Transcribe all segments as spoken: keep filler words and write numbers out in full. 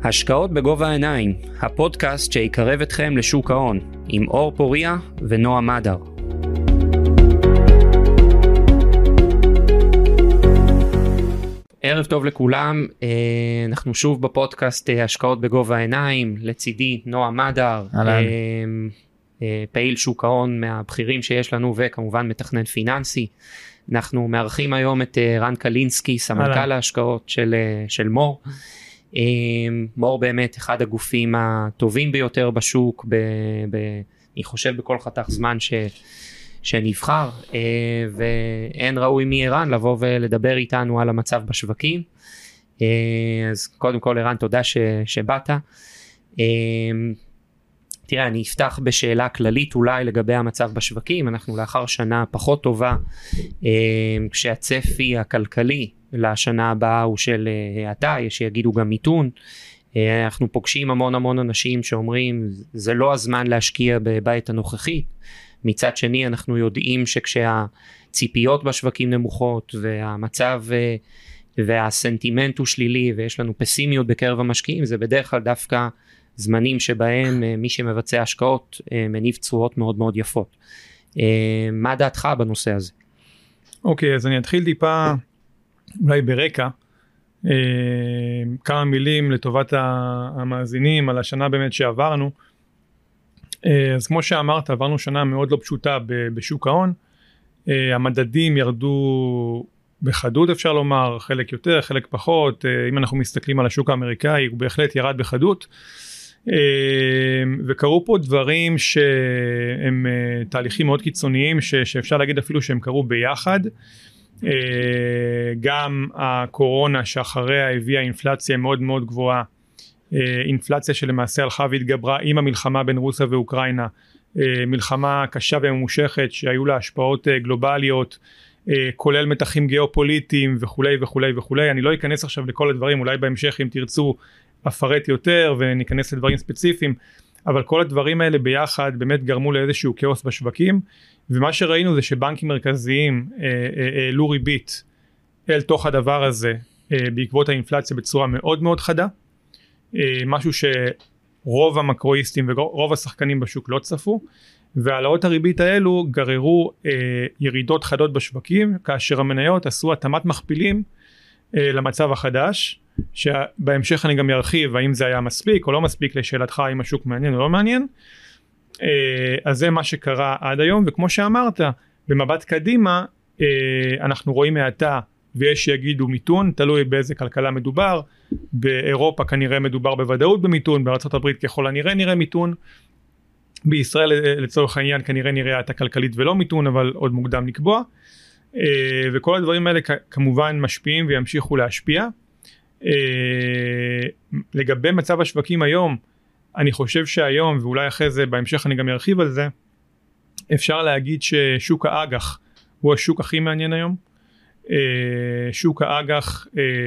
השקעות בגובה העיניים, הפודקאסט שיקרב אתכם לשוק ההון, עם אור פוריה ונועה מדר. ערב טוב לכולם, אנחנו שוב בפודקאסט השקעות בגובה העיניים, לצידי נועה מדר, פעיל שוק ההון מהבכירים שיש לנו וכמובן מתכנן פיננסי. אנחנו מארחים היום את רן קלינסקי, סמנכ"ל ההשקעות של, של מור. מור באמת אחד הגופים הטובים ביותר בשוק, ב, ב, אני חושב בכל חתך זמן ש, שנבחר, ואין ראוי מערן לבוא ולדבר איתנו על המצב בשווקים. אז קודם כל ערן, תודה ש, שבאת. תראה, אני אפתח בשאלה כללית אולי לגבי המצב בשווקים. אנחנו לאחר שנה פחות טובה, כשהצפי הכלכלי לשנה הבאה הוא של האטה, יש שיגידו גם מיתון. אנחנו פוגשים המון המון אנשים שאומרים זה לא הזמן להשקיע בעת הנוכחית. מצד שני אנחנו יודעים שכשהציפיות בשווקים נמוכות והמצב והסנטימנט הוא שלילי ויש לנו פסימיות בקרב המשקיעים, זה בדרך כלל דווקא זמנים שבהם מי שמבצע השקעות מניב תשואות מאוד מאוד יפות. מה דעתך בנושא הזה? אוקיי, אז אני אתחיל טיפה אולי ברקע, כמה מילים לטובת המאזינים על השנה באמת שעברנו. אז כמו שאמרת, עברנו שנה מאוד לא פשוטה בשוק ההון, המדדים ירדו בחדות אפשר לומר, חלק יותר, חלק פחות. אם אנחנו מסתכלים על השוק האמריקאי, הוא בהחלט ירד בחדות, וקרו פה דברים שהם תהליכים מאוד קיצוניים שאפשר להגיד אפילו שהם קרו ביחד. גם הקורונה שאחריה הביאה אינפלציה מאוד מאוד גבוהה, אינפלציה שלמעשה הלכה והתגברה עם המלחמה בין רוסיה ואוקראינה, מלחמה קשה וממושכת שהיו לה השפעות גלובליות, כולל מתחים גיאופוליטיים וכולי וכולי וכולי. אני לא אכנס עכשיו לכל הדברים, אולי בהמשך אם תרצו אפרט יותר וניכנס לדברים ספציפיים, אבל כל הדברים האלה ביחד באמת גרמו לאיזשהו כאוס בשווקים, ומה שראינו זה שבנקים מרכזיים העלו ריבית אל תוך הדבר הזה בעקבות האינפלציה בצורה מאוד מאוד חדה, משהו שרוב המקרואיסטים ורוב השחקנים בשוק לא צפו, והעלאות הריבית האלו גררו ירידות חדות בשווקים, כאשר המניות עשו התאמת מכפילים למצב החדש, שבהמשך אני גם ירחיב האם זה היה מספיק או לא מספיק לשאלתך האם השוק מעניין או לא מעניין. אז זה מה שקרה עד היום, וכמו שאמרת במבט קדימה אנחנו רואים האטה ויש שיגידו מיתון, תלוי באיזה כלכלה מדובר. באירופה כנראה מדובר בוודאות במיתון, בארצות הברית ככל הנראה נראה מיתון, בישראל לצורך העניין כנראה נראה האטה כלכלית ולא מיתון, אבל עוד מוקדם לקבוע. וכל הדברים האלה כמובן משפיעים וימשיכו להשפיע. לגבי מצב השווקים היום, אני חושב שהיום, ואולי אחרי זה בהמשך אני גם ארחיב על זה, אפשר להגיד ששוק האג"ח הוא השוק הכי מעניין היום. שוק האג"ח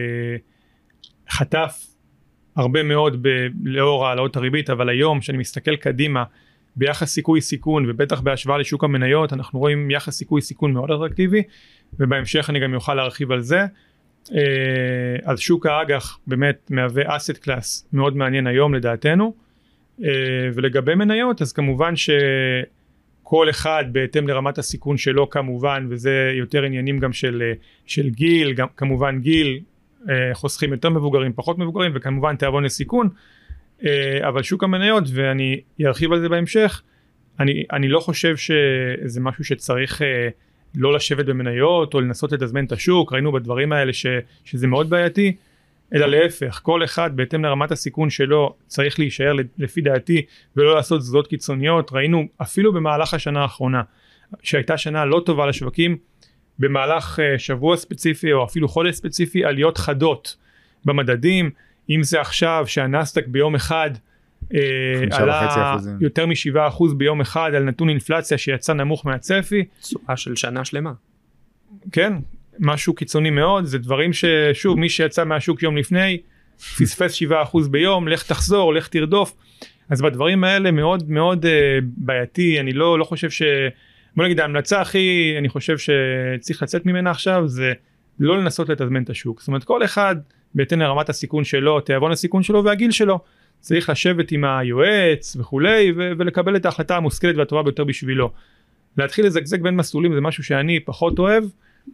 חטף הרבה מאוד לאור העלאות הריבית, אבל היום שאני מסתכל קדימה ביחס סיכוי סיכון ובטח בהשוואה לשוק המניות, אנחנו רואים יחס סיכוי סיכון מאוד אטרקטיבי, ובהמשך אני גם יוכל להרחיב על זה. אז שוק האג"ח באמת מהווה אסט קלאס מאוד מעניין היום לדעתנו, ולגבי מניות אז כמובן שכל אחד בהתאם לרמת הסיכון שלו כמובן, וזה יותר עניינים גם של, של גיל, גם כמובן גיל, חוסכים יותר מבוגרים פחות מבוגרים וכמובן תיאבון לסיכון, אבל שוק המניות, ואני ארחיב על זה בהמשך, אני, אני לא חושב שזה משהו שצריך לא לשבת במניות או לנסות לתזמן את השוק. ראינו בדברים האלה ש, שזה מאוד בעייתי, אלא להפך, כל אחד בהתאם לרמת הסיכון שלו צריך להישאר לפי דעתי ולא לעשות תזוזות קיצוניות. ראינו אפילו במהלך השנה האחרונה שהייתה שנה לא טובה לשווקים, במהלך שבוע ספציפי או אפילו חודש ספציפי עליות חדות במדדים, אם זה עכשיו שהנסדק ביום אחד עלה יותר מ-שבעה אחוז ביום אחד על נתון אינפלציה שיצא נמוך מהצפי. תשואה של שנה שלמה. כן, משהו קיצוני מאוד. זה דברים ששוב מי שיצא מהשוק יום לפני פספס שבעה אחוז ביום, לך תחזור, לך תרדוף. אז בדברים האלה מאוד מאוד בעייתי. אני לא, לא חושב ש... בוא נגיד ההמלצה הכי אני חושב שצריך לצאת ממנה עכשיו זה לא לנסות לתזמן את השוק. זאת אומרת כל אחד בהתאם לרמת הסיכון שלו, תיאבון הסיכון שלו והגיל שלו, צריך לשבת עם היועץ וכולי, ו- ולקבל את ההחלטה המושכלת והטובה ביותר בשבילו. להתחיל לזגזג בין מסלולים זה משהו שאני פחות אוהב,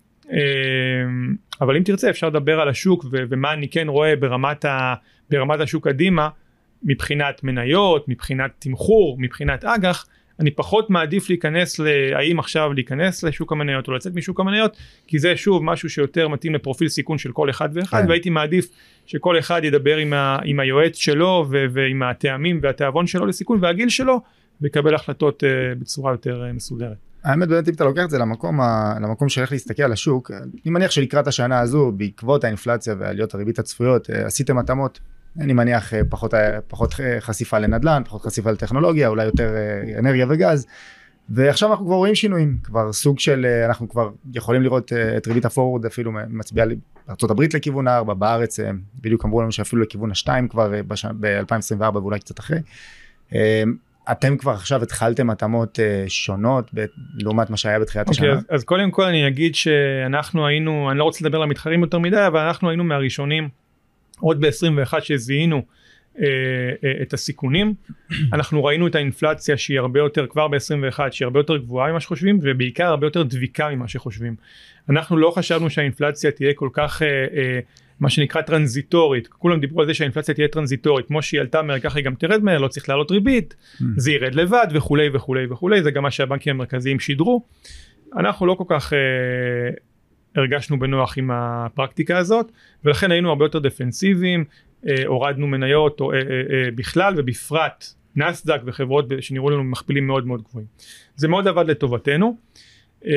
אבל אם תרצה אפשר לדבר על השוק ו- ומה אני כן רואה ברמת, ה- ברמת השוק קדימה, מבחינת מניות, מבחינת תמחור, מבחינת אג"ח, אני פחות מעדיף להיכנס, האם עכשיו להיכנס לשוק המניות או לצאת משוק המניות, כי זה שוב משהו שיותר מתאים לפרופיל סיכון של כל אחד ואחד, והייתי מעדיף שכל אחד ידבר עם, ה, עם היועץ שלו ו, ועם הטעמים והתיאבון שלו לסיכון והגיל שלו, ויקבל החלטות uh, בצורה יותר uh, מסודרת. האמת באמת אם אתה לוקח את זה למקום, למקום שהולך להסתכל על השוק, אני מניח שלקראת השנה הזו, בעקבות האינפלציה ועליות הריבית הצפויות, עשיתם התאמות, אני מניח פחות, פחות חשיפה לנדל"ן, פחות חשיפה לטכנולוגיה, אולי יותר אנרגיה וגז, ועכשיו אנחנו כבר רואים שינויים, כבר סוג של, אנחנו כבר יכולים לראות את ריבית הפורוורד אפילו מצביעה בארצות הברית לכיוון הארבע, בארץ בדיוק אמרו לנו שאפילו לכיוון השתיים כבר ב-אלפיים עשרים וארבע ואולי קצת אחרי. אתם כבר עכשיו התחלתם התאמות שונות לעומת מה שהיה בתחילת השנה? אז, אז קודם כל אני אגיד שאנחנו היינו, אני לא רוצה לדבר על המתחרים יותר מדי, אבל אנחנו היינו מהראשונים עוד ב-עשרים ואחת שזיהינו אה, אה, את הסיכונים. אנחנו ראינו את האינפלציה שהיא הרבה יותר, כבר ב-עשרים ואחת, שהיא הרבה יותר גבוהה ממה שחושבים, ובעיקר הרבה יותר דביקה ממה שחושבים. אנחנו לא חשבנו שהאינפלציה תהיה כל כך, אה, אה, מה שנקרא טרנזיטורית. כולם דיברו על זה שהאינפלציה תהיה טרנזיטורית, כמו שהיא עלתה מהר, ככה היא גם תרד מהר, לא צריך לעלות ריבית, mm. זה ירד לבד וכולי וכולי וכולי, זה גם מה שהבנקים המרכזיים שידרו. אנחנו לא כל כך אה, הרגשנו בנוח עם הפרקטיקה הזאת, ולכן היינו הרבה יותר דפנסיביים, אה, הורדנו מניות או, אה, אה, אה, בכלל ובפרט נסדק וחברות שנראו לנו מכפילים מאוד מאוד גבוהים. זה מאוד עבד לטובתנו. אה,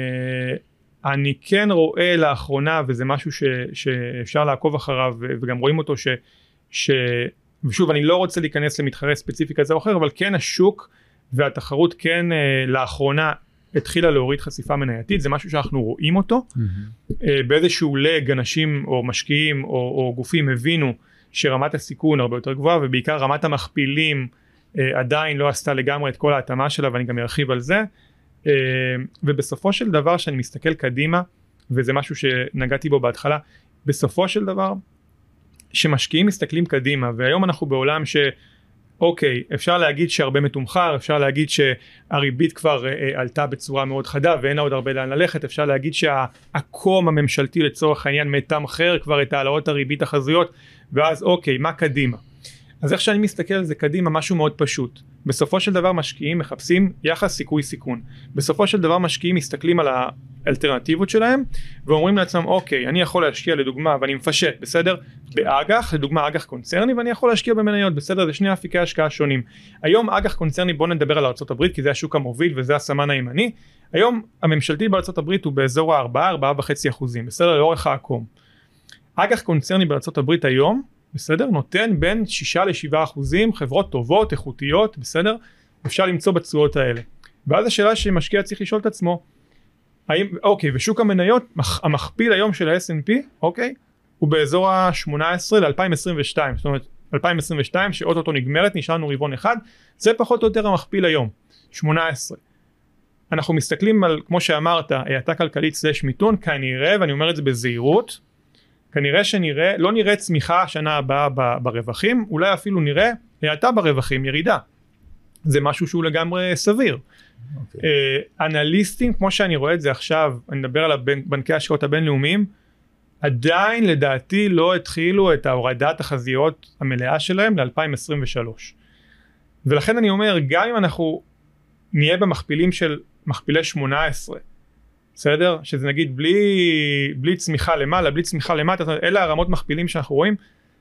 אני כן רואה לאחרונה, וזה משהו ש, שאפשר לעקוב אחריו, וגם רואים אותו, ש, ש, ושוב, אני לא רוצה להיכנס למתחרה ספציפי כזה או אחר, אבל כן השוק והתחרות כן לאחרונה התחילה להוריד חשיפה מנייתית, זה משהו שאנחנו רואים אותו. Mm-hmm. באיזשהו לג, אנשים או משקיעים או, או גופים הבינו שרמת הסיכון הרבה יותר גבוהה, ובעיקר רמת המכפילים עדיין לא עשתה לגמרי את כל ההתאמה שלה, ואני גם ארחיב על זה. ובסופו של דבר שאני מסתכל קדימה, וזה משהו שנגעתי בו בהתחלה, בסופו של דבר שמשקיעים מסתכלים קדימה, והיום אנחנו בעולם שאוקיי, אפשר להגיד שהרבה מתומחר, אפשר להגיד שהריבית כבר עלתה בצורה מאוד חדה ואין עוד הרבה לאן ללכת, אפשר להגיד שהעקום הממשלתי לצורך העניין מתמחר כבר את העלאות הריבית החזויות, ואז אוקיי, מה קדימה? אז איך שאני מסתכל על זה קדימה, משהו מאוד פשוט. בסופו של דבר משקיעים מחפשים יחס סיכוי סיכון. בסופו של דבר משקיעים מסתכלים על האלטרנטיבות שלהם, ואומרים לעצמם, אוקיי, אני יכול להשקיע לדוגמה, ואני מפשט, בסדר? באג"ח, לדוגמה אג"ח קונצרני, ואני יכול להשקיע במניות, בסדר? זה שני אפיקי השקעה שונים. היום אג"ח קונצרני, בוא נדבר על ארצות הברית, כי זה השוק המוביל וזה הסמן הימני. היום הממשלתי בארצות הברית הוא באזור ה-ארבע, ארבע וחצי אחוזים, בסדר? לאורך העקום. אג"ח קונצרני בארצות הברית היום, בסדר? נותן בין שישה לשבעה אחוזים, חברות טובות, איכותיות, בסדר? אפשר למצוא בתשואות האלה. ואז השאלה שמשקיע צריך לשאול את עצמו, האם, אוקיי, ושוק המניות, המכפיל היום של ה-אס אנד פי, אוקיי, הוא באזור ה-שמונה עשרה ל-אלפיים עשרים ושתיים, זאת אומרת, אלפיים עשרים ושתיים, שאוטוטו נגמרת, נשארנו רבעון אחד, זה פחות או יותר המכפיל היום, שמונה עשרה. אנחנו מסתכלים על, כמו שאמרת, האטה כלכלית סלש מיתון, כנראה, ואני אומר את זה בזהירות, כנראה שנראה, לא נראה צמיחה השנה הבאה ברווחים, אולי אפילו נראה האטה ברווחים, ירידה. זה משהו שהוא לגמרי סביר. Okay. אנליסטים, כמו שאני רואה את זה עכשיו, אני מדבר על בנקי ההשקעות הבינלאומיים, עדיין לדעתי לא התחילו את ההורדת החזיות המלאה שלהם ל-אלפיים עשרים ושלוש. ולכן אני אומר, גם אם אנחנו נהיה במכפילים של מכפילי שמונה עשרה, בסדר? שזה נגיד בלי, בלי צמיחה למעלה, בלי צמיחה למטה, אלה הרמות מכפילים שאנחנו רואים,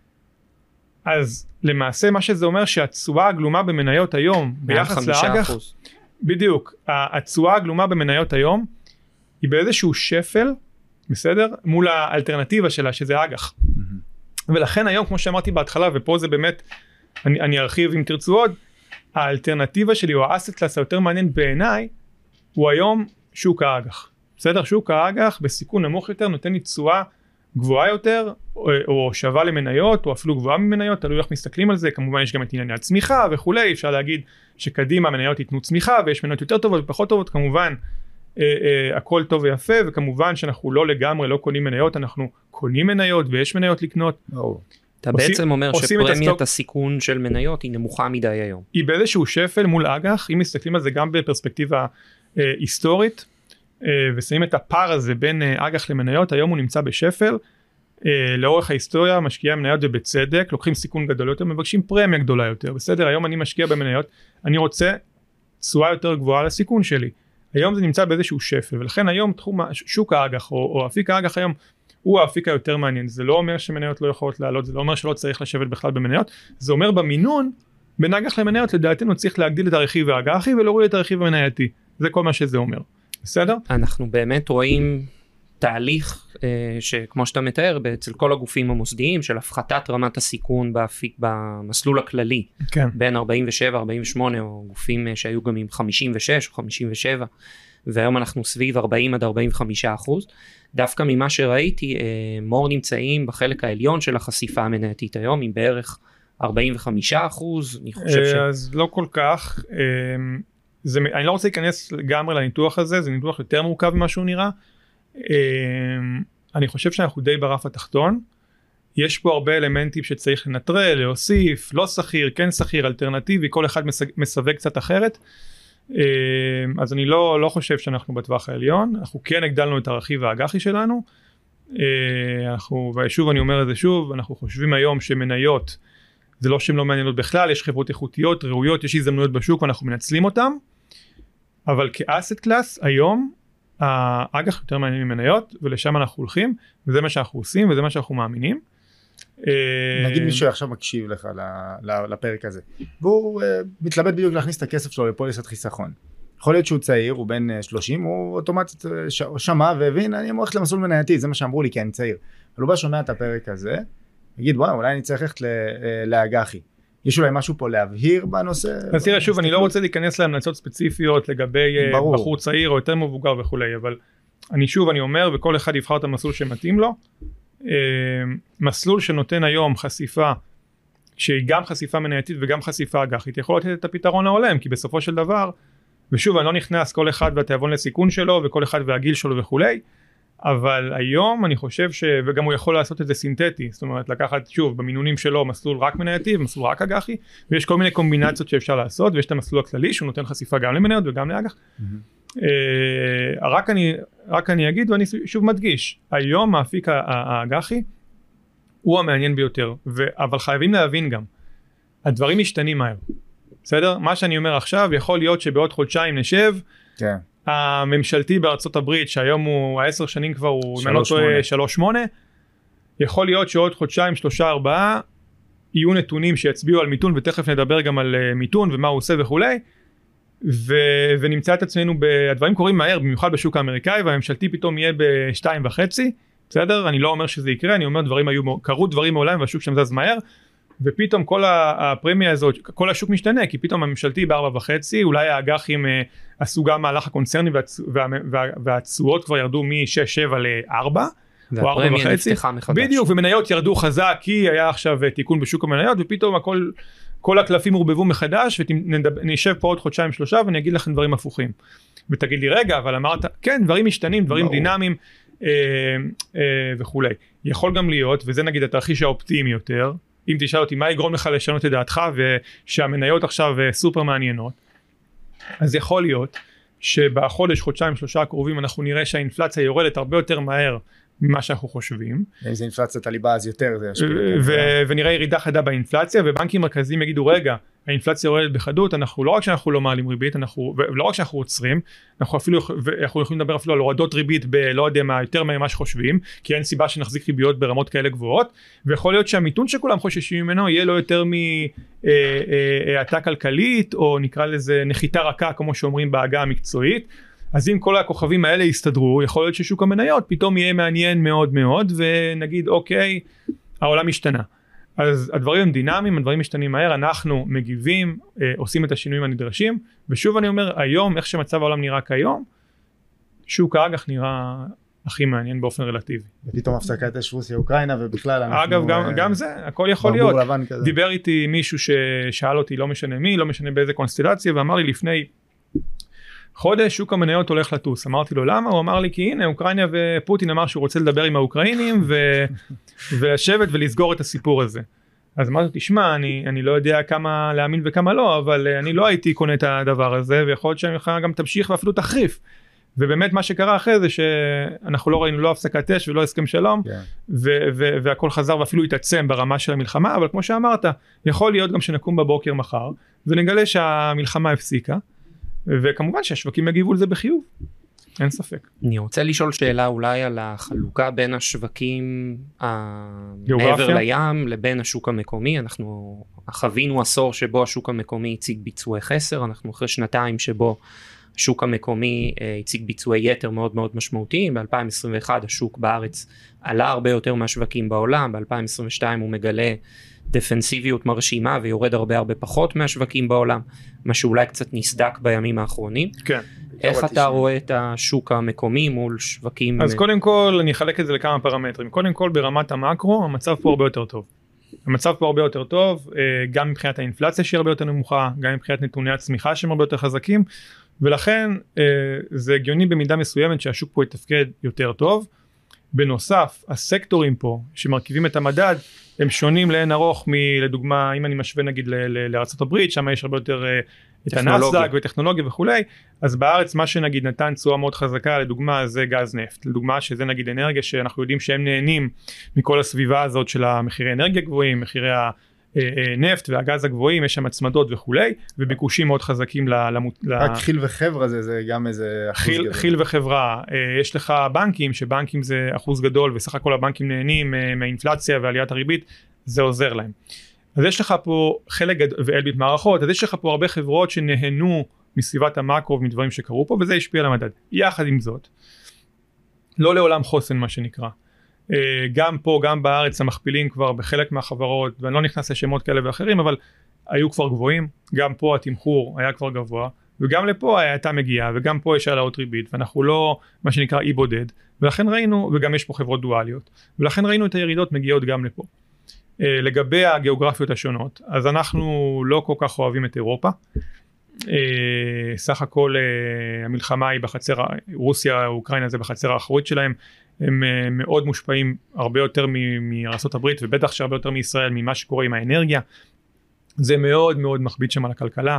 אז למעשה מה שזה אומר שהתשואה הגלומה במניות היום, ביחס לאג"ח, בדיוק, התשואה הגלומה במניות היום, היא באיזשהו שפל, בסדר? מול האלטרנטיבה שלה, שזה אג"ח. Mm-hmm. ולכן היום, כמו שאמרתי בהתחלה, ופה זה באמת, אני, אני ארחיב אם תרצו עוד, האלטרנטיבה שלי, או האסט קלאס היותר מעניין בעיניי, הוא היום שוק האג"ח. בסדר? שוק האג"ח בסיכון נמוך יותר נותן לי תשואה גבוהה יותר או, או שווה למניות או אפילו גבוהה ממניות, תלוי איך מסתכלים על זה. כמובן יש גם את ענייני הצמיחה וכולי, אפשר להגיד שקדימה מניות ייתנו צמיחה ויש מניות יותר טובות ופחות טובות, כמובן אה, אה, הכל טוב ויפה, וכמובן שאנחנו לא לגמרי לא קונים מניות, אנחנו קונים מניות ויש מניות לקנות. אתה בעצם אומר שפרמיית הסיכון של מניות היא נמוכה מדי היום. היא באיזשהו שפל מול אג"ח, אם מסתכלים על זה גם בפרספקטיבה היסטורית, ושמים את הפער הזה בין אג"ח למניות, היום הוא נמצא בשפל. לאורך ההיסטוריה משקיעי המניות ובצדק לוקחים סיכון גדול יותר, מבקשים פרמיה גדולה יותר. בסדר, היום אני משקיע במניות, אני רוצה תשואה יותר גבוהה לסיכון שלי. היום זה נמצא באיזשהו שפל, ולכן היום תחום שוק האג"ח או, או אפיק האג"ח היום הוא האפיק היותר מעניין. זה לא אומר שמניות לא יכולות לעלות, זה לא אומר שלא צריך לשבת בכלל במניות, זה אומר במינון בין אג"ח למניות לדעתנו צריך להגדיל את הרכיב האג"חי ולהוריד את הרכיב המנייתי. זה כל מה שזה אומר. בסדר? אנחנו באמת רואים תהליך אה, שכמו שאתה מתאר אצל כל הגופים המוסדיים של הפחתת רמת הסיכון באפיק, במסלול הכללי, כן. בין ארבעים ושבע ארבעים ושמונה או גופים אה, שהיו גם עם חמישים ושש או חמישים ושבע, והיום אנחנו סביב ארבעים עד ארבעים וחמישה אחוז. דווקא ממה שראיתי, אה, מור נמצאים בחלק העליון של החשיפה המנייתית היום עם בערך ארבעים וחמישה אחוז. אני חושב ש... אז לא כל כך, אה, זה, אני לא רוצה להיכנס לגמרי לניתוח הזה, זה ניתוח יותר מורכב ממה שהוא נראה. אני חושב שאנחנו די ברף התחתון, יש פה הרבה אלמנטים שצריך לנטרל, להוסיף, לא שכיר, כן שכיר, אלטרנטיבי, כל אחד מסווג קצת אחרת, אז אני לא, לא חושב שאנחנו בטווח העליון, אנחנו כן הגדלנו את הרכיב האג"חי שלנו, אנחנו, ושוב אני אומר את זה שוב, אנחנו חושבים היום שמניות, זה לא שהן לא מעניינות בכלל, יש חברות איכותיות, ראויות, יש הזדמנויות בשוק ואנחנו מנצלים אותן, אבל כאסט קלאס היום, האג"ח יותר מעניין ממניות, ולשם אנחנו הולכים, וזה מה שאנחנו עושים, וזה מה שאנחנו מאמינים. נגיד מישהו עכשיו מקשיב לך לפרק הזה, והוא מתלבט בדיוק להכניס את הכסף שלו לפוליסת חיסכון. יכול להיות שהוא צעיר, הוא בן שלושים, הוא אוטומטית שמע והבין, אני הולך למסלול מנייתי, זה מה שאמרו לי כי אני צעיר. אבל הוא בא שומע את הפרק הזה, יגיד, וואו, אולי אני צריך ללכת לאג"חי. יש אולי משהו פה להבהיר בנושא? אז תראה, שוב, אני לא רוצה להיכנס להמלצות ספציפיות לגבי בחור צעיר או יותר מבוגר וכולי, אבל אני שוב, אני אומר, וכל אחד יבחר את המסלול שמתאים לו. מסלול שנותן היום חשיפה, שהיא גם חשיפה מנייתית וגם חשיפה אג"חית, יכול לתת את הפתרון ההולם, כי בסופו של דבר, ושוב, אני לא נכנס כל אחד והתיאבון לסיכון שלו, וכל אחד והגיל שלו וכולי, אבל היום אני חושב ש... וגם הוא יכול לעשות את זה סינתטי, זאת אומרת לקחת שוב במינונים שלו מסלול רק מנייתי ומסלול רק אג"חי, ויש כל מיני קומבינציות שאפשר לעשות, ויש את המסלול הכללי שהוא נותן חשיפה גם למניות וגם לאג"ח. Mm-hmm. אה, רק, אני, רק אני אגיד ואני שוב מדגיש, היום האפיק האג"חי הוא המעניין ביותר, ו... אבל חייבים להבין גם, הדברים משתנים מהר, בסדר? מה שאני אומר עכשיו יכול להיות שבעוד חודשיים נשב, כן. הממשלתי בארצות הברית שהיום הוא העשר שנים כבר הוא שלוש שמונה, יכול להיות שעוד חודשיים שלושה ארבעה יהיו נתונים שיצביעו על מיתון, ותכף נדבר גם על מיתון ומה הוא עושה וכולי, ו- ונמצא את עצמנו, הדברים קורים מהר במיוחד בשוק האמריקאי, והממשלתי פתאום יהיה בשתיים וחצי, בסדר? אני לא אומר שזה יקרה, אני אומר דברים היו, קרו דברים מעולם והשוק שם זז מהר, ופתאום כל הפרמיה הזאת, כל השוק משתנה, כי פתאום הממשלתי בארבע וחצי, אולי האג"חים עשו גם מהלך הקונצרני, והתשואות כבר ירדו מ-שש שבע ל-ארבע, או ארבע וחצי, בדיוק, ומניות ירדו חזק, כי היה עכשיו תיקון בשוק המניות, ופתאום הכל, כל הקלפים הורבבו מחדש, ונשב פה עוד חודשיים שלושה, ואני אגיד לכם דברים הפוכים. ותגיד לי, רגע, אבל אמרת, כן, דברים משתנים, דברים דינמיים, וכולי. יכול גם להיות, וזה נגיד התרחיש האופטימי יותר, אם תשאל אותי מה יגרום לך לשנות את דעתך ושהמניות עכשיו סופר מעניינות, אז יכול להיות שבחודש, חודשיים, שלושה הקרובים אנחנו נראה שהאינפלציה יורדת הרבה יותר מהר ממה שאנחנו חושבים. אם זה אינפלציית הליבה אז יותר זה ישפיע. ונראה ירידה חדה באינפלציה, ובנקים מרכזיים יגידו רגע, האינפלציה יורדת בחדות, אנחנו לא רק שאנחנו לא מעלים ריבית, אנחנו, ולא רק שאנחנו עוצרים, אנחנו אפילו, אנחנו יכולים לדבר אפילו על הורדות ריבית בלא יודע מה, יותר ממה שחושבים, כי אין סיבה שנחזיק ריביות ברמות כאלה גבוהות, ויכול להיות שהמיתון שכולם חוששים ממנו יהיה לא יותר מהאטה כלכלית, או נקרא לזה נחיתה רכה, כמו שאומרים בעגה המקצועית. אז אם כל הכוכבים האלה יסתדרו, יכול להיות ששוק המניות פתאום יהיה מעניין מאוד מאוד, ונגיד אוקיי, העולם השתנה. אז הדברים הם דינמיים, הדברים משתנים מהר, אנחנו מגיבים, אה, עושים את השינויים הנדרשים, ושוב אני אומר, היום, איך שמצב העולם נראה כיום, שוק האג"ח נראה הכי מעניין באופן רלטיבי. ופתאום הפסקת אש רוסיה אוקראינה, ובכלל אנחנו... אגב, גם, אה, גם זה, הכל יכול להיות. דיבר איתי מישהו ששאל אותי, לא משנה מי, לא משנה באיזה קונסטלציה, ואמר לי לפני חודש שוק המניות הולך לטוס. אמרתי לו למה? הוא אמר לי כי הנה אוקראינה ופוטין אמר שהוא רוצה לדבר עם האוקראינים ו... ולשבת ולסגור את הסיפור הזה. אז אמרתי, תשמע, אני, אני לא יודע כמה להאמין וכמה לא, אבל אני לא הייתי קונה את הדבר הזה, ויכול להיות שאני גם תמשיך ואפילו תחריף. ובאמת מה שקרה אחרי זה שאנחנו לא ראינו לא הפסקת אש ולא הסכם שלום, yeah. ו- ו- והכל חזר ואפילו התעצם ברמה של המלחמה, אבל כמו שאמרת, יכול להיות גם שנקום בבוקר מחר, ונגלה שהמלחמה הפסיקה, וכמובן שהשווקים יגיבו לזה בחיוב. אין ספק. אני רוצה לשאול שאלה אולי על החלוקה בין השווקים מעבר לים לבין השוק המקומי. אנחנו חווינו עשור שבו השוק המקומי הציג ביצועי חסר, אנחנו אחרי שנתיים שבו השוק המקומי הציג ביצועי יתר מאוד מאוד משמעותיים. ב-אלפיים עשרים ואחת השוק בארץ עלה הרבה יותר מהשווקים בעולם, ב-אלפיים עשרים ושתיים הוא מגלה דפנסיביות מרשימה ויורד הרבה הרבה פחות מהשווקים בעולם, מה שאולי קצת נסדק בימים האחרונים. כן. איך אתה רואה את השוק המקומי מול שווקים? אז קודם כל אני אחלק את זה לכמה פרמטרים. קודם כל ברמת המקרו המצב פה הרבה יותר טוב. המצב פה הרבה יותר טוב, גם מבחינת האינפלציה שהיא הרבה יותר נמוכה, גם מבחינת נתוני הצמיחה שהם הרבה יותר חזקים, ולכן זה הגיוני במידה מסוימת שהשוק פה יתפקד יותר טוב. בנוסף, הסקטורים פה שמרכיבים את המדד, הם שונים לאין ארוך מלדוגמה, אם אני משווה נגיד לארצות הברית, שם יש הרבה יותר את הנסדק וטכנולוגיה וכולי, אז בארץ מה שנגיד נתן תשואה מאוד חזקה, לדוגמה זה גז נפט, לדוגמה שזה נגיד אנרגיה שאנחנו יודעים שהם נהנים מכל הסביבה הזאת של המחירי אנרגיה גבוהים, מחירי הנפט והגז הגבוהים, יש שם הצמדות וכולי, וביקושים מאוד חזקים למות... רק חיל וחברה זה, זה גם איזה אחוז חיל, גדול. חיל וחברה, יש לך בנקים, שבנקים זה אחוז גדול, וסך הכל הבנקים נהנים מהאינפלציה ועליית הריבית, זה עוזר להם. אז יש לך פה חלק גדול, ואלביט מערכות, אז יש לך פה הרבה חברות שנהנו מסביבת המקרו ומדברים שקרו פה, וזה השפיע על המדד. יחד עם זאת, לא לעולם חוסן מה שנקרא. גם פה, גם בארץ, המכפילים כבר בחלק מהחברות, ואני לא נכנס לשמות כאלה ואחרים, אבל היו כבר גבוהים, גם פה התמחור היה כבר גבוה, וגם לפה הייתה מגיעה, וגם פה יש העלאות ריבית, ואנחנו לא, מה שנקרא, אי בודד, ולכן ראינו, וגם יש פה חברות דואליות, ולכן ראינו את הירידות מגיעות גם לפה. לגבי הגיאוגרפיות השונות, אז אנחנו לא כל כך אוהבים את אירופה, סך הכל המלחמה היא בחצר, רוסיה, אוקראינה זה בחצר האחורית שלהם, הם מאוד מושפעים הרבה יותר מארצות הברית, ובטח שהרבה יותר מישראל, ממה שקורה עם האנרגיה, זה מאוד מאוד מכביד שם על הכלכלה.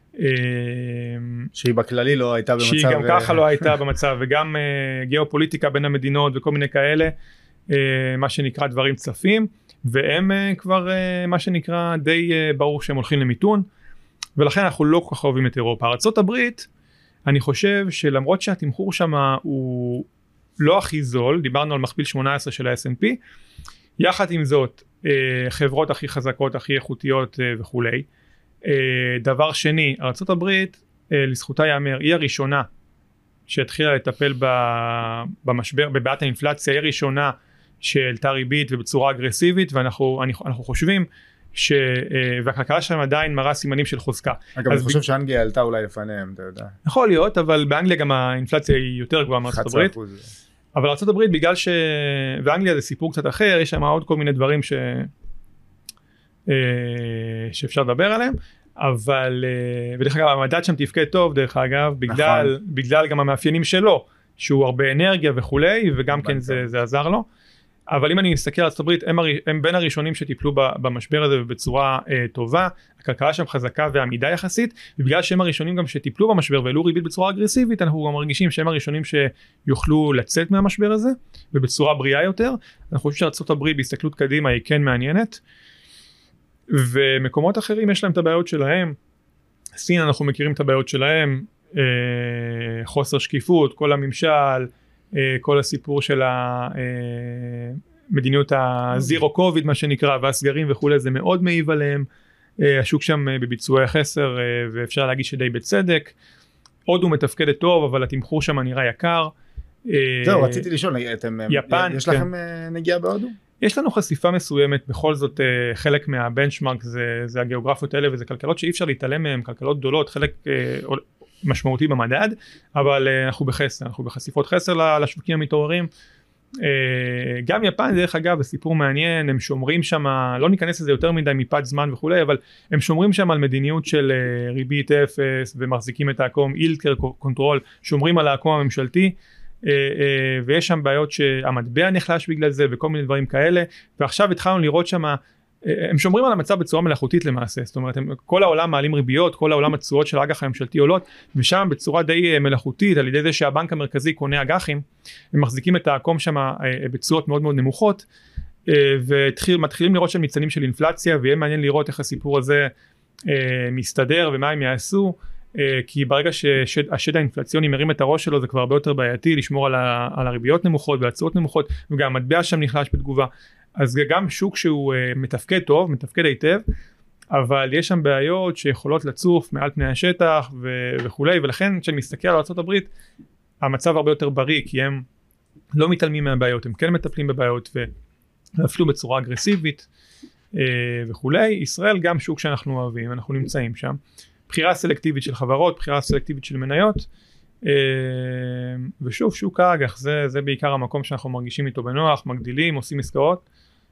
שהיא בכללי לא הייתה במצב... שהיא גם ככה לא הייתה במצב, וגם גיאופוליטיקה בין המדינות וכל מיני כאלה, מה שנקרא דברים צפים, והם כבר מה שנקרא די ברור שהם הולכים למיתון, ולכן אנחנו לא כל כך אוהבים את אירופה. ארצות הברית, אני חושב שלמרות שהתמחור שם הוא לא הכי זול, דיברנו על מכפיל שמונה עשרה של ה-אס אנד פי, יחד עם זאת, חברות הכי חזקות, הכי איכותיות וכולי. דבר שני, ארצות הברית, לזכותה יאמר, היא הראשונה שהתחילה לטפל במשבר, בבעיית האינפלציה, היא הראשונה שהעלתה ריבית ובצורה אגרסיבית, ואנחנו אנחנו חושבים ש... והכלכלה שלהם עדיין מראה סימנים של חוזקה. אגב, אני חושב שאנגליה עלתה אולי לפניהם, אתה יודע. יכול להיות, אבל באנגליה גם האינפלציה היא יותר גבוהה מארצות הברית. אבל ארצות הברית בגלל ש... ואנגליה זה סיפור קצת אחר, יש שם עוד כל מיני דברים ש... שאפשר לדבר עליהם, אבל... ודרך אגב, המדד שם תפקד טוב, דרך אגב, בגלל, בגלל גם המאפיינים שלו, שהוא הרבה אנרגיה וכולי, וגם כן זה, זה עזר לו. אבל אם אני מסתכל על ארצות הברית, הם, הר... הם בין הראשונים שטיפלו במשבר הזה ובצורה אה, טובה, הכלכלה שם חזקה ועמידה יחסית, ובגלל שהם הראשונים גם שטיפלו במשבר והעלו ריבית בצורה אגרסיבית, אנחנו גם מרגישים שהם הראשונים שיוכלו לצאת מהמשבר הזה, ובצורה בריאה יותר. אנחנו חושבים שארצות הברית בהסתכלות קדימה היא כן מעניינת, ומקומות אחרים יש להם את הבעיות שלהם, סין אנחנו מכירים את הבעיות שלהם, אה, חוסר שקיפות, כל הממשל, כל הסיפור של המדיניות הזירו קוביד מה שנקרא והסגרים וכולי, זה מאוד מעיב עליהם. השוק שם בביצועי חסר ואפשר להגיד שדי בצדק. הודו מתפקדת טוב אבל התמחור שם נראה יקר. זהו, רציתי לשאול, אתם, יפן, יש לכם נגיעה בהודו? יש לנו חשיפה מסוימת, בכל זאת חלק מהבנצ'מרק זה, זה הגיאוגרפיות האלה וזה כלכלות שאי אפשר להתעלם מהם, כלכלות גדולות, חלק משמעותי במדד, אבל אנחנו בחסר, אנחנו בחשיפות חסר לשווקים המתעוררים, גם יפן דרך אגב, סיפור מעניין, הם שומרים שם, לא ניכנס לזה יותר מדי מפאת זמן וכולי, אבל הם שומרים שם על מדיניות של ריבית אפס, ומחזיקים את העקום, יילד קונטרול, שומרים על העקום הממשלתי, ויש שם בעיות שהמטבע נחלש בגלל זה, וכל מיני דברים כאלה, ועכשיו התחלנו לראות שם, הם שומרים על המצב בצורה מלאכותית למעשה, זאת אומרת, הם, כל העולם מעלים ריביות, כל העולם התשואות של האג"ח הממשלתי עולות, ושם בצורה די מלאכותית, על ידי זה שהבנק המרכזי קונה אג"חים, הם מחזיקים את העקום שם בתשואות מאוד מאוד נמוכות, ומתחילים לראות שם ניצנים של אינפלציה, ויהיה מעניין לראות איך הסיפור הזה מסתדר, ומה הם יעשו, כי ברגע שהשד האינפלציוני מרים את הראש שלו, זה כבר הרבה יותר בעייתי, לשמור על, ה, על הריביות נמוכות, והתשואות נמוכות, וגם המטבע שם נחלש בתגובה. אז זה גם שוק שהוא uh, מתפקד טוב, מתפקד היטב, אבל יש שם בעיות שיכולות לצוף מעל פני השטח ו- וכולי, ולכן כשאני מסתכל על ארצות הברית, המצב הרבה יותר בריא, כי הם לא מתעלמים מהבעיות, הם כן מטפלים בבעיות, ואפילו בצורה אגרסיבית uh, וכולי. ישראל גם שוק שאנחנו אוהבים, אנחנו נמצאים שם. בחירה סלקטיבית של חברות, בחירה סלקטיבית של מניות, uh, ושוב שוק האג"ח, זה, זה בעיקר המקום שאנחנו מרגישים איתו בנוח, מגדילים, עושים עסקאות,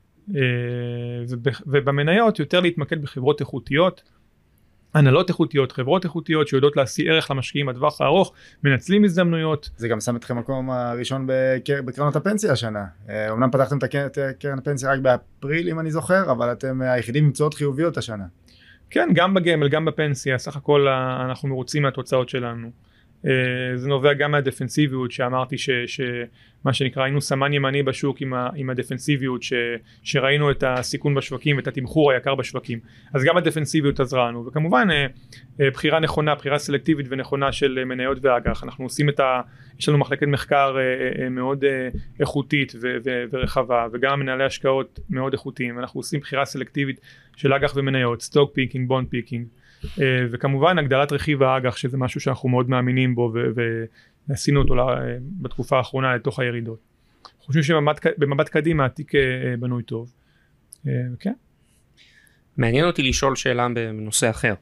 ובמניות יותר להתמקד בחברות איכותיות, הנהלות איכותיות, חברות איכותיות שיודעות להשיא ערך למשקיעים בטווח הארוך, מנצלים הזדמנויות. זה גם שם אתכם מקום הראשון בקרנות הפנסיה השנה. אמנם פתחתם את קרן הפנסיה רק באפריל אם אני זוכר, אבל אתם היחידים עם תשואות חיוביות השנה. כן, גם בגמל, גם בפנסיה, סך הכל אנחנו מרוצים מהתוצאות שלנו. זה נובע גם מהדפנסיביות שאמרתי שמה שנקרא היינו סמן ימני בשוק עם, ה, עם הדפנסיביות ש, שראינו את הסיכון בשווקים ואת התמחור היקר בשווקים, אז גם הדפנסיביות עזרה לנו, וכמובן בחירה נכונה, בחירה סלקטיבית ונכונה של מניות ואג"ח. אנחנו עושים את ה... יש לנו מחלקת מחקר מאוד איכותית ו, ו, ורחבה, וגם מנהלי השקעות מאוד איכותיים, אנחנו עושים בחירה סלקטיבית של אג"ח ומניות, סטוק פיקינג, בונד פיקינג, וכמובן הגדלת רכיב האג"ח, שזה משהו שאנחנו מאוד מאמינים בו ועשינו אותו בתקופה האחרונה לתוך הירידות. חושבים שבמבט קדימה התיק בנוי טוב. כן. מעניין אותי לשאול שאלה בנושא אחר.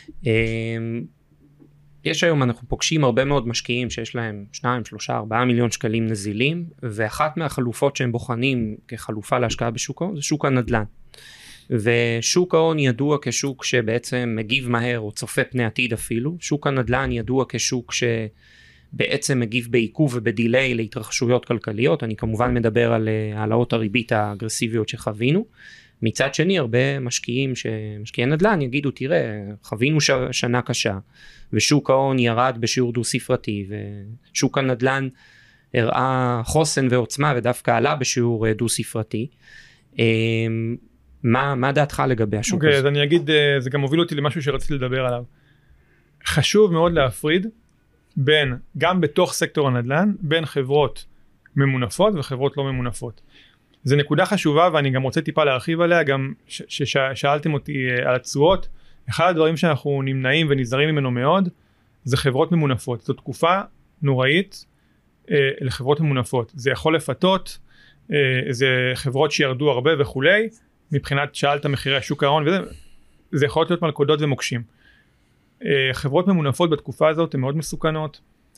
יש היום, אנחנו פוגשים הרבה מאוד משקיעים שיש להם שניים, שלושה, ארבעה מיליון שקלים נזילים, ואחת מהחלופות שהם בוחנים כחלופה להשקעה בשוק ההון זה שוק הנדל"ן. ושוק ההון ידוע כשוק שבעצם מגיב מהר או צופה פני עתיד אפילו, שוק הנדל"ן ידוע כשוק שבעצם מגיב בעיכוב ובדיליי להתרחשויות כלכליות, אני כמובן מדבר על העלאות הריבית האגרסיביות שחווינו, מצד שני הרבה משקיעים, משקיעי נדל"ן יגידו תראה חווינו ש... שנה קשה ושוק ההון ירד בשיעור דו ספרתי ושוק הנדל"ן הראה חוסן ועוצמה ודווקא עלה בשיעור דו ספרתי. מה, מה דעתך לגבי השוק okay, הזה? אז אני אגיד, זה גם מוביל אותי למשהו שרציתי לדבר עליו. חשוב מאוד להפריד בין, גם בתוך סקטור הנדל"ן, בין חברות ממונפות וחברות לא ממונפות. זו נקודה חשובה ואני גם רוצה טיפה להרחיב עליה, גם ששאלתם אותי על התשואות, אחד הדברים שאנחנו נמנעים ונזהרים ממנו מאוד, זה חברות ממונפות. זו תקופה נוראית אה, לחברות ממונפות. זה יכול לפתות, אה, זה חברות שירדו הרבה וכולי, מבחינת שאלת מחירי השוק ההון וזה, זה יכול להיות מלכודות ומוקשים. חברות ממונפות בתקופה הזאת הן מאוד מסוכנות,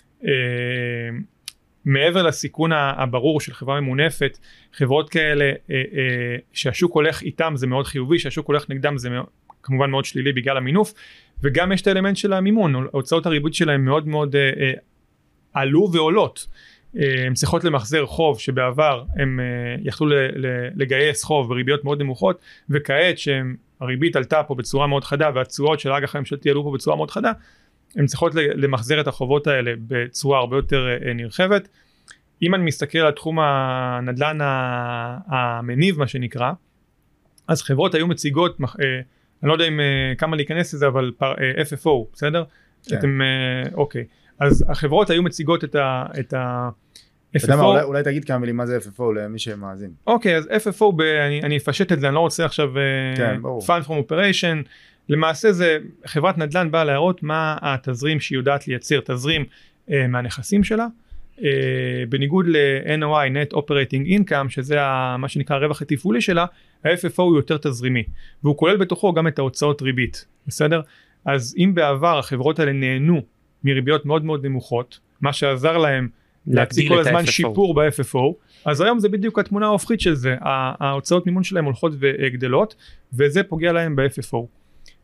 מעבר לסיכון הברור של חברה ממונפת, חברות כאלה שהשוק הולך איתם זה מאוד חיובי, שהשוק הולך נגדם זה כמובן מאוד שלילי בגלל המינוף, וגם יש את האלמנט של המימון, הוצאות הריבית שלהם מאוד מאוד עלו ועולות, הן צריכות למחזר חוב שבעבר הם יכלו לגייס חוב בריביות מאוד נמוכות, וכעת שהריבית עלתה פה בצורה מאוד חדה והתשואות של האג"ח הממשלתי עלו פה בצורה מאוד חדה, הן צריכות למחזר את החובות האלה בצורה הרבה יותר נרחבת. אם אני מסתכל על תחום הנדל"ן המניב מה שנקרא, אז חברות היו מציגות, אני לא יודע אם כמה להיכנס לזה, אבל אף אף או, בסדר? כן. אתם, אוקיי. אז החברות היו מציגות את ה... את ה אתה יודע מה, אולי, אולי תגיד כמה מילים מה זה אף אף או למי שמאזין. אוקיי, אז אף אף או, ב, אני, אני אפשט את זה, אני לא רוצה עכשיו כן, ברור. Fund from Operation, למעשה זה חברת נדל"ן באה להראות מה התזרים שהיא יודעת לייצר, תזרים אה, מהנכסים שלה, אה, בניגוד ל-אן או איי, Net Operating Income, שזה ה, מה שנקרא הרווח התפעולי שלה, ה-אף אף או הוא יותר תזרימי, והוא כולל בתוכו גם את ההוצאות ריבית, בסדר? אז אם בעבר החברות האלה נהנו מריביות מאוד מאוד נמוכות, מה שעזר להם להציג כל הזמן שיפור ב-אף אף או, אז היום זה בדיוק התמונה ההופכית של זה, ההוצאות מימון שלהם הולכות וגדלות, וזה פוגע להם ב-אף אף או.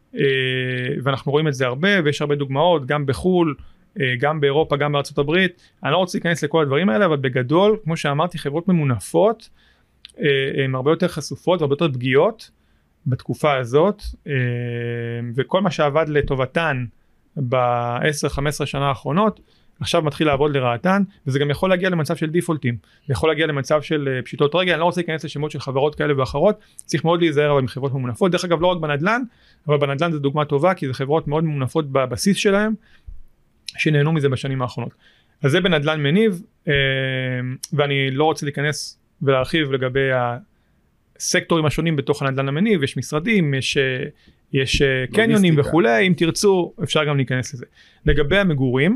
ואנחנו רואים את זה הרבה, ויש הרבה דוגמאות, גם בחול, גם באירופה, גם בארצות הברית. אני לא רוצה להיכנס לכל הדברים האלה, אבל בגדול, כמו שאמרתי, חברות ממונפות, הן הרבה יותר חשופות והרבה יותר פגיעות בתקופה הזאת, וכל מה שעבד לטובתן ב-עשר חמש עשרה שנה האחרונות, עכשיו מתחיל לעבוד לרעתן, וזה גם יכול להגיע למצב של דיפולטים, זה יכול להגיע למצב של פשיטות רגל. אני לא רוצה להיכנס לשמות של חברות כאלה ואחרות, צריך מאוד להיזהר אבל מחברות ממונפות. דרך אגב, לא רק בנדלן, אבל בנדלן זה דוגמה טובה, כי זה חברות מאוד ממונפות בבסיס שלהם, שנהנו מזה בשנים האחרונות. אז זה בנדלן מניב, ואני לא רוצה להיכנס ולהרחיב לגבי הסקטורים השונים בתוך הנדלן המניב, יש משרדים, יש, יש קניונים וכולי, אם תרצו אפשר גם להיכנס לזה. לגבי המגורים,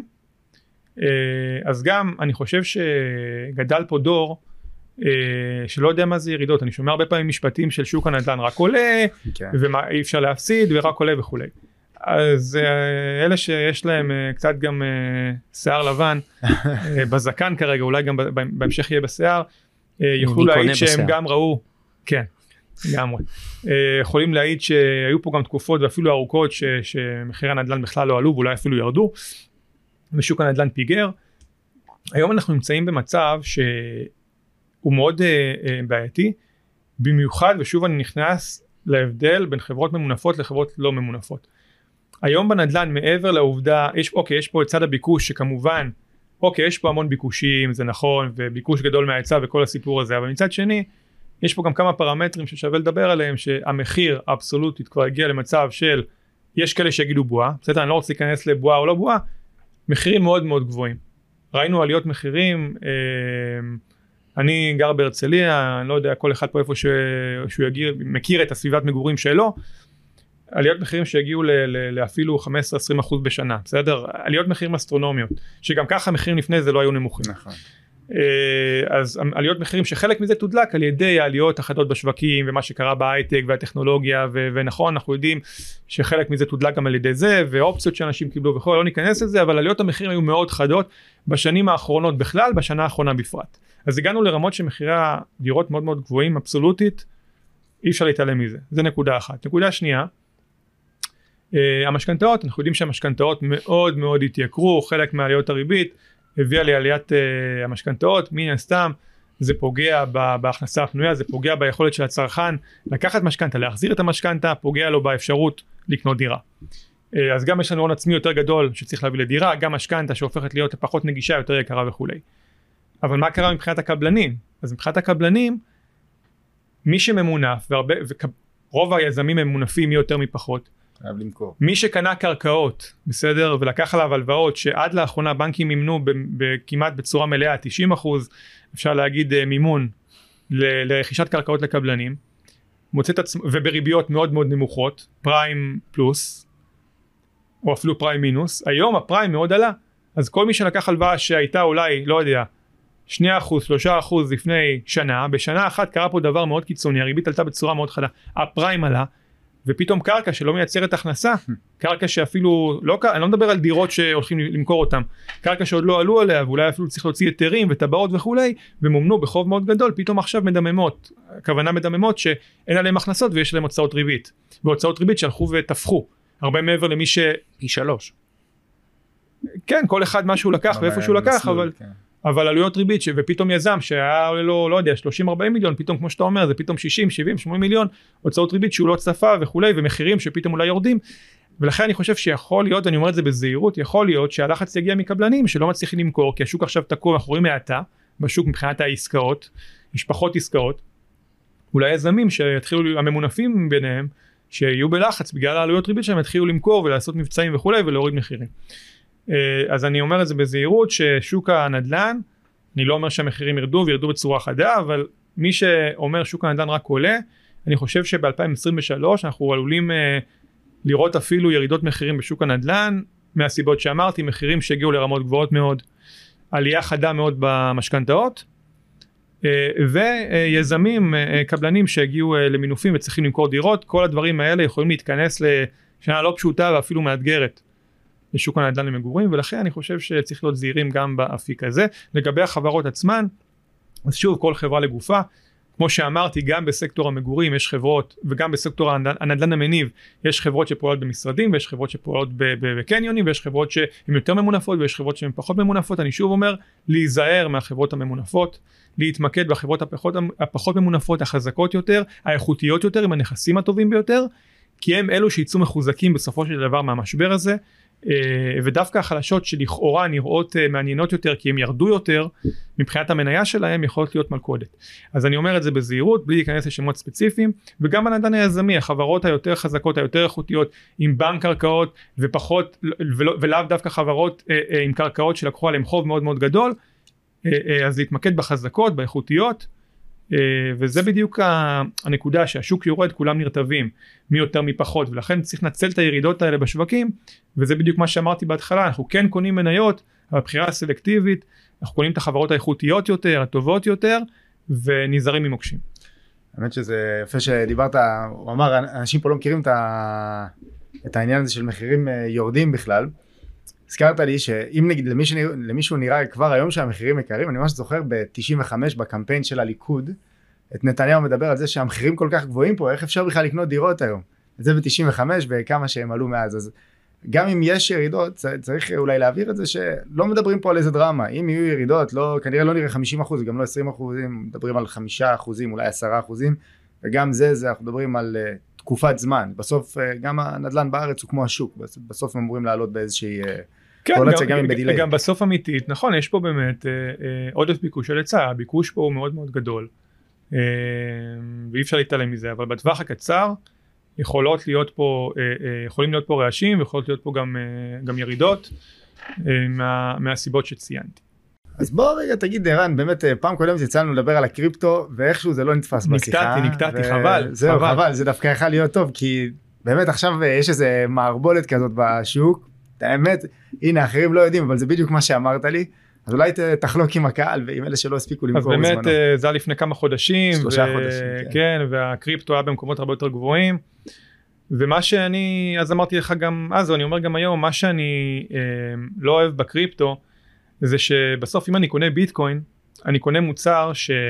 אז גם אני חושב שגדל פה דור שלא יודע מה זה ירידות. אני שומע הרבה פעמים משפטים של שוק הנדל"ן רק עולה, ואי אפשר להפסיד ורק עולה וכולי. אז אלה שיש להם קצת גם שיער לבן בזקן כרגע, אולי גם בהמשך יהיה בשיער, יוכלו להעיד שהם גם ראו, כן, לגמרי, יכולים להעיד שהיו פה גם תקופות ואפילו ארוכות שמחירי הנדל"ן בכלל לא עלו ואולי אפילו ירדו, ושוק הנדל"ן פיגר. היום אנחנו נמצאים במצב שהוא מאוד בעייתי, במיוחד, ושוב אני נכנס להבדל בין חברות ממונפות לחברות לא ממונפות. היום בנדל"ן, מעבר לעובדה, יש, אוקיי, יש פה את צד הביקוש שכמובן, אוקיי, יש פה המון ביקושים, זה נכון, וביקוש גדול מההיצע וכל הסיפור הזה, אבל מצד שני, יש פה גם כמה פרמטרים ששווה לדבר עליהם, שהמחיר האבסולוטית כבר הגיע למצב של, יש כאלה שיגידו בועה, בסדר, אני לא רוצה להיכנס לבועה או לא בועה, מחירים מאוד מאוד גבוהים. ראינו עליות מחירים, אה, אני גר בהרצליה, אני לא יודע, כל אחד פה איפה ש... שהוא יגיר, מכיר את הסביבת מגורים שלו, עליות מחירים שהגיעו ל... ל... לאפילו חמש עשרה עשרים אחוז בשנה, בסדר? עליות מחירים אסטרונומיות, שגם ככה מחירים לפני זה לא היו נמוכים. נכון. אז עליות מחירים שחלק מזה תודלק על ידי העליות החדות בשווקים ומה שקרה בהייטק והטכנולוגיה, ו- ונכון, אנחנו יודעים שחלק מזה תודלק גם על ידי זה, ואופציות שאנשים קיבלו וכל, לא ניכנס לזה, אבל עליות המחירים היו מאוד חדות בשנים האחרונות בכלל, בשנה האחרונה בפרט. אז הגענו לרמות שמחירי הדירות מאוד מאוד גבוהים, אבסולוטית, אי אפשר להתעלם מזה. זה נקודה אחת. נקודה שנייה, המשכנתאות, אנחנו יודעים שהמשכנתאות מאוד מאוד התייקרו, חלק מעליות הריבית הביאה לעליית uh, המשכנתאות, מן הסתם זה פוגע בהכנסה הפנויה, זה פוגע ביכולת של הצרכן לקחת משכנתה, להחזיר את המשכנתה, פוגע לו באפשרות לקנות דירה. Uh, אז גם יש לנו הון עצמי יותר גדול שצריך להביא לדירה, גם משכנתה שהופכת להיות פחות נגישה, יותר יקרה וכולי. אבל מה קרה מבחינת הקבלנים? אז מבחינת הקבלנים, מי שממונף, והרבה, ורוב היזמים הם מונפים מי יותר מפחות, מי שקנה קרקעות, בסדר, ולקח עליו הלוואות שעד לאחרונה בנקים מימנו כמעט בצורה מלאה, תשעים אחוז, אפשר להגיד מימון ל- לרכישת קרקעות לקבלנים, מוצא את עצמו, ובריביות מאוד מאוד נמוכות, פריים פלוס, או אפילו פריים מינוס. היום הפריים מאוד עלה, אז כל מי שלקח הלוואה שהייתה אולי, לא יודע, שני אחוז, שלושה אחוז לפני שנה, בשנה אחת קרה פה דבר מאוד קיצוני, הריבית עלתה בצורה מאוד חדה, הפריים עלה, ופתאום קרקע שלא מייצרת הכנסה, קרקע שאפילו, לא, אני לא מדבר על דירות שהולכים למכור אותם, קרקע שעוד לא עלו עליה, ואולי אפילו צריך להוציא היתרים וטבעות וכולי, ומומנו בחוב מאוד גדול, פתאום עכשיו מדממות, הכוונה מדממות שאין עליהם הכנסות ויש להם הוצאות ריבית, והוצאות ריבית שהלכו ותפחו, הרבה מעבר למי ש... פי שלוש. כן, כל אחד מה שהוא לקח ואיפה שהוא לקח, אבל... אבל עלויות ריבית, ש... ופתאום יזם שהיה לו, לא יודע, שלושים ארבעים מיליון, פתאום כמו שאתה אומר, זה פתאום שישים, שבעים, שמונים מיליון, הוצאות ריבית שהוא לא צפה וכולי, ומחירים שפתאום אולי יורדים, ולכן אני חושב שיכול להיות, אני אומר את זה בזהירות, יכול להיות שהלחץ יגיע מקבלנים שלא מצליחים למכור, כי השוק עכשיו תקוע, אנחנו רואים מעטה, בשוק מבחינת העסקאות, יש פחות עסקאות, אולי יזמים שיתחילו, הממונפים ביניהם, שיהיו בלחץ בגלל העלויות ריבית שהם יתחילו למכור ולעשות מבצעים וכולי ולהוריד מחירים. אז אני אומר את זה בזהירות ששוק הנדל"ן, אני לא אומר שהמחירים ירדו וירדו בצורה חדה, אבל מי שאומר שוק הנדל"ן רק עולה, אני חושב שב-אלפיים עשרים ושלוש אנחנו עלולים לראות אפילו ירידות מחירים בשוק הנדל"ן, מהסיבות שאמרתי, מחירים שהגיעו לרמות גבוהות מאוד, עלייה חדה מאוד במשכנתאות, ויזמים, קבלנים שהגיעו למינופים וצריכים למכור דירות, כל הדברים האלה יכולים להתכנס לשנה לא פשוטה ואפילו מאתגרת. לשוק הנדל"ן למגורים, ולכן אני חושב שצריך להיות זהירים גם באפיק הזה. לגבי החברות עצמן, אז שוב, כל חברה לגופה, כמו שאמרתי, גם בסקטור המגורים יש חברות, וגם בסקטור הנדל"ן המניב, יש חברות שפועלות במשרדים, ויש חברות שפועלות בקניונים, ויש חברות שהן יותר ממונפות, ויש חברות שהן פחות ממונפות. אני שוב אומר, להיזהר מהחברות הממונפות, להתמקד בחברות הפחות, הפחות ממונפות, החזקות יותר, האיכותיות יותר, עם הנכסים הטובים ביותר, כי הם אלו שיצאו מחוזקים בסופו של דבר מהמשבר הזה, ודווקא החלשות שלכאורה נראות מעניינות יותר כי הם ירדו יותר מבחינת המניה שלהם יכולות להיות מלכודת. אז אני אומר את זה בזהירות בלי להיכנס לשמות ספציפיים, וגם בנדל"ן היזמי החברות היותר חזקות היותר איכותיות עם בנק קרקעות ופחות ולא, ולאו דווקא חברות עם קרקעות שלקחו עליהם חוב מאוד מאוד גדול, אז להתמקד בחזקות באיכותיות, וזה בדיוק הנקודה שהשוק יורד כולם נרטבים מי יותר מפחות, ולכן צריך לנצל את הירידות האלה בשווקים, וזה בדיוק מה שאמרתי בהתחלה, אנחנו כן קונים מניות הבחירה הסלקטיבית, אנחנו קונים את החברות האיכותיות יותר, הטובות יותר, ונזהרים ממוקשים. האמת שזה יפה שדיברת, הוא אמר אנשים פה לא מכירים את, ה... את העניין הזה של מחירים יורדים בכלל. הזכרת לי שאם נגיד למישהו, למישהו נראה כבר היום שהמחירים יקרים, אני ממש זוכר ב-תשעים וחמש בקמפיין של הליכוד, את נתניהו מדבר על זה שהמחירים כל כך גבוהים פה, איך אפשר בכלל לקנות דירות היום? את זה ב-תשעים וחמש וכמה שהם עלו מאז. אז גם אם יש ירידות, צריך אולי להעביר את זה שלא מדברים פה על איזה דרמה. אם יהיו ירידות, לא, כנראה לא נראה חמישים אחוז, גם לא עשרים אחוזים, מדברים על חמישה אחוזים, אולי עשרה אחוזים, וגם זה, זה אנחנו מדברים על uh, תקופת זמן. בסוף uh, גם הנדל"ן בארץ הוא כמו השוק, בסוף הם אמורים לעלות באיזושהי... Uh, כן, גם, גם, גם בסוף אמיתית, נכון, יש פה באמת אה, אה, עודף ביקוש של היצע, הביקוש פה הוא מאוד מאוד גדול, אה, ואי אפשר להתעלם מזה, אבל בטווח הקצר יכולות להיות פה, אה, אה, יכולים להיות פה רעשים, ויכולות להיות פה גם, אה, גם ירידות אה, מה, מהסיבות שציינתי. אז בוא רגע תגיד ערן, באמת פעם קודמת יצאנו לדבר על הקריפטו, ואיכשהו זה לא נתפס בשיחה. נקטעתי, נקטעתי, ו... חבל. זהו, חבל. חבל, זה דווקא יכול להיות טוב, כי באמת עכשיו יש איזה מערבולת כזאת בשוק, האמת, הנה, אחרים לא יודעים, אבל זה בדיוק מה שאמרת לי, אז אולי תחלוק עם הקהל, ועם אלה שלא הספיקו למכור בזמנו. אז באמת, זה היה לפני כמה חודשים, שלושה חודשים, כן. כן, והקריפטו היה במקומות הרבה יותר גבוהים, ומה שאני, אז אמרתי לך גם אז, אני אומר גם היום, מה שאני אה, לא אוהב בקריפטו, זה שבסוף אם אני קונה ביטקוין, אני קונה מוצר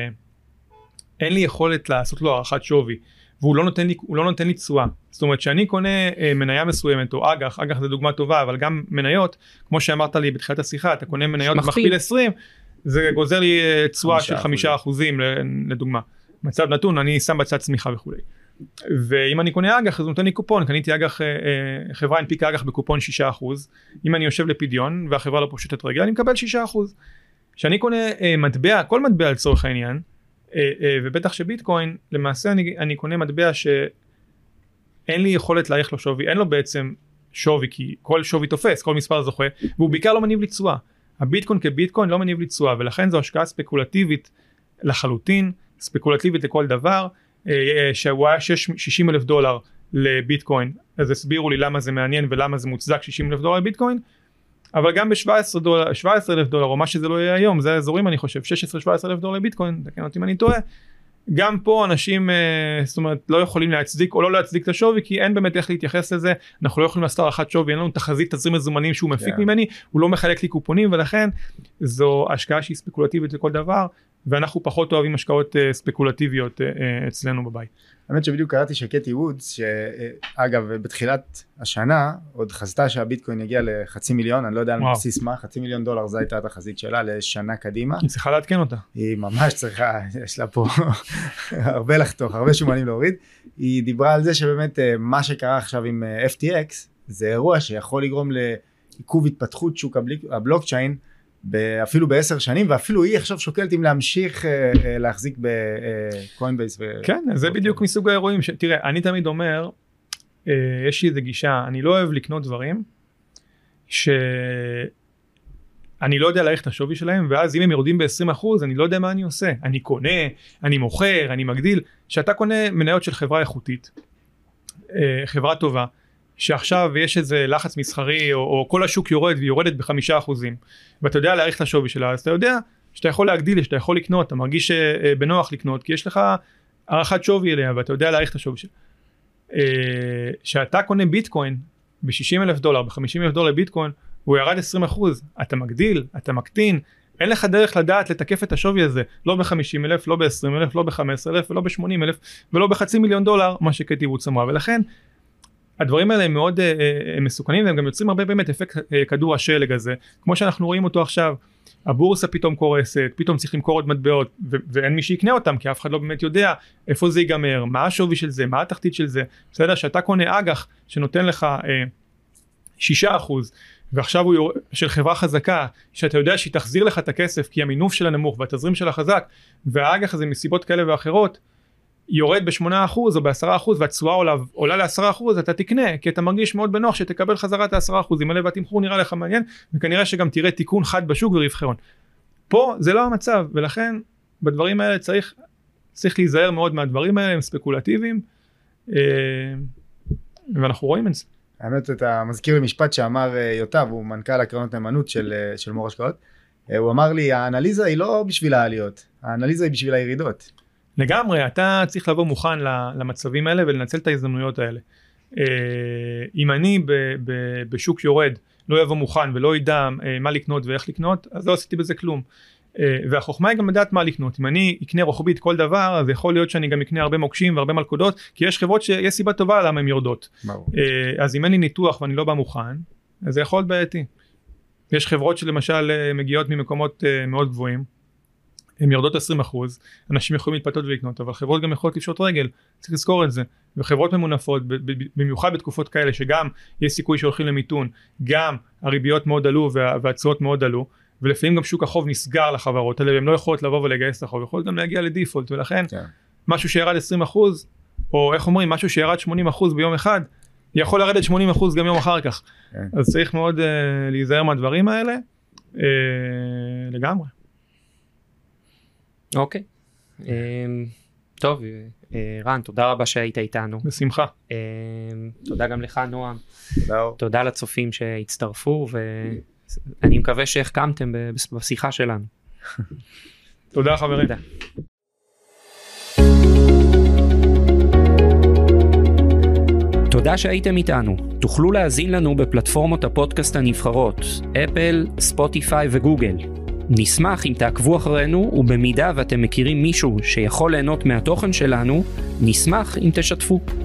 שאין לי יכולת לעשות לו הערכת שווי, והוא לא נותן לי, הוא לא נותן לי תשואה. זאת אומרת שאני קונה אה, מניה מסוימת או אג"ח, אג"ח זה דוגמה טובה, אבל גם מניות, כמו שאמרת לי בתחילת השיחה, אתה קונה מניות מכפיל עשרים, זה גוזר לי תשואה של חמישה אחוזים לדוגמה. מצב נתון, אני שם בצד צמיחה וכולי. ואם אני קונה אג"ח, אז הוא נותן לי קופון, קניתי אג"ח, אה, חברה הנפיקה אג"ח בקופון שישה אחוז, אם אני יושב לפדיון והחברה לא פושטת רגל, אני מקבל שישה אחוז. כשאני קונה אה, מטבע, כל מטבע לצורך העניין, ובטח שביטקוין, למעשה אני, אני קונה מטבע שאין לי יכולת להעריך לו שווי, אין לו בעצם שווי, כי כל שווי תופס, כל מספר זוכה, והוא בעיקר לא מניב לי תשואה. הביטקוין כביטקוין לא מניב לי תשואה, ולכן זו השקעה ספקולטיבית לחלוטין, ספקולטיבית לכל דבר, שהוא היה שישים אלף דולר לביטקוין, אז הסבירו לי למה זה מעניין ולמה זה מוצדק שישים אלף דולר לביטקוין, אבל גם ב-שבע עשרה אלף דולר, או מה שזה לא יהיה היום, זה האזורים אני חושב, שש עשרה שבע עשרה אלף דולר לביטקוין, תקן אותי אם אני טועה, גם פה אנשים, זאת אומרת, לא יכולים להצדיק או לא להצדיק את השווי, כי אין באמת איך להתייחס לזה, אנחנו לא יכולים לעשות הערכת שווי, אין לנו תחזית תזרים מזומנים שהוא מפיק yeah. ממני, הוא לא מחלק לי קופונים, ולכן זו השקעה שהיא ספקולטיבית לכל דבר, ואנחנו פחות אוהבים השקעות uh, ספקולטיביות uh, uh, אצלנו בבית. האמת שבדיוק קראתי שקטי וודס, שאגב בתחילת השנה עוד חזתה שהביטקוין יגיע לחצי מיליון, אני לא יודע על בסיס מה, חצי מיליון דולר זו הייתה התחזית שלה לשנה קדימה. היא צריכה לעדכן אותה. היא ממש צריכה, יש לה פה הרבה לחתוך, הרבה שומנים להוריד. היא דיברה על זה שבאמת מה שקרה עכשיו עם אף טי אקס, זה אירוע שיכול לגרום לעיכוב התפתחות שוק הבלוקצ'יין, אפילו בעשר שנים, ואפילו היא עכשיו שוקלת אם להמשיך להחזיק בקוינבייס. כן, זה בדיוק מסוג האירועים, תראה, אני תמיד אומר, יש לי איזו גישה, אני לא אוהב לקנות דברים, שאני לא יודע להעריך את השווי שלהם, ואז אם הם יורדים ב-עשרים אחוז, אני לא יודע מה אני עושה, אני קונה, אני מוכר, אני מגדיל, שאתה קונה מניות של חברה איכותית, חברה טובה, שעכשיו יש איזה לחץ מסחרי, או, או כל השוק יורד ויורדת בחמישה אחוזים, ואתה יודע להעריך את השווי שלה, אז אתה יודע שאתה יכול להגדיל, שאתה יכול לקנות, אתה מרגיש בנוח לקנות, כי יש לך הערכת שווי אליה, ואתה יודע להעריך את השווי שלה. שאתה קונה ביטקוין, ב-שישים אלף דולר, ב-חמישים אלף דולר ביטקוין, הוא ירד עשרים אחוז, אתה מגדיל, אתה מקטין, אין לך דרך לדעת לתקף את השווי הזה, לא ב-חמישים אלף, לא ב-עשרים אלף, לא ב-חמישה עשר אלף, ולא ב-שמונים אלף, ולא בחצי מיליון דולר, מה שקטי וודס אמרה, ולכן הדברים האלה הם מאוד uh, מסוכנים, והם גם יוצרים הרבה באמת אפקט uh, כדור השלג הזה, כמו שאנחנו רואים אותו עכשיו, הבורסה פתאום קורסת, פתאום צריך למכור עוד מטבעות, ו- ואין מי שיקנה אותם, כי אף אחד לא באמת יודע איפה זה ייגמר, מה השווי של זה, מה התחתית של זה, בסדר, שאתה קונה אג"ח שנותן לך uh, שישה אחוז, ועכשיו הוא של חברה חזקה, שאתה יודע שהיא תחזיר לך את הכסף, כי המינוף שלה נמוך והתזרים שלה חזק, והאג"ח הזה מסיבות כאלה ואחרות, יורד ב-שמונה אחוז או ב-עשרה אחוז, והתשואה עולה, עולה ל-עשרה אחוז, אתה תקנה, כי אתה מרגיש מאוד בנוח שתקבל חזרה את ה-עשרה אחוז, אם הלב התמחור נראה לך מעניין, וכנראה שגם תראה תיקון חד בשוק ורווחי. פה זה לא המצב, ולכן בדברים האלה צריך, צריך להיזהר מאוד מהדברים האלה, הם ספקולטיביים, ואנחנו רואים את זה. האמת, אתה מזכיר לי משפט שאמר יוטב, הוא מנכ"ל הקרנות נאמנות של, של מור השקעות, הוא אמר לי, האנליזה היא לא בשביל העליות, האנליזה היא בשביל הירידות. לגמרי, אתה צריך לבוא מוכן למצבים האלה ולנצל את ההזדמנויות האלה. אם אני בשוק יורד לא יבוא מוכן ולא ידע מה לקנות ואיך לקנות, אז לא עשיתי בזה כלום. והחוכמה היא גם לדעת מה לקנות. אם אני אקנה רוחבית כל דבר, אז יכול להיות שאני גם אקנה הרבה מוקשים והרבה מלכודות, כי יש חברות שיש סיבה טובה למה הן יורדות. אז אם אין לי ניתוח ואני לא בא מוכן, אז זה יכול להיות בעייתי. יש חברות שלמשל מגיעות ממקומות מאוד גבוהים, הן יורדות עשרים אחוז, אנשים יכולים להתפתות ולקנות, אבל חברות גם יכולות לפשוט רגל, צריך לזכור את זה. וחברות ממונפות, במיוחד בתקופות כאלה, שגם יש סיכוי שהולכים למיתון, גם הריביות מאוד עלו והתשואות מאוד עלו, ולפעמים גם שוק החוב נסגר לחברות האלה, והן לא יכולות לבוא ולגייס את החוב, יכולות גם להגיע לדיפולט, ולכן yeah. משהו שירד עשרים אחוז, או איך אומרים, משהו שירד שמונים אחוז ביום אחד, יכול לרדת שמונים אחוז גם יום אחר כך. Yeah. אז צריך מאוד uh, להיזהר מהדברים האלה, uh, לגמרי. אוקיי. Okay. um, טוב, uh, רן, תודה רבה שהיית איתנו. בשמחה. Uh, תודה גם לך, נועם. תודה. תודה לצופים שהצטרפו, ו... אני מקווה שהחכמתם בשיחה שלנו. תודה חברים. תודה. תודה שהייתם איתנו. תוכלו להאזין לנו בפלטפורמות הפודקאסט הנבחרות, אפל, ספוטיפיי וגוגל. נשמח אם תעקבו אחרינו, ובמידה ואתם מכירים מישהו שיכול ליהנות מהתוכן שלנו, נשמח אם תשתפו.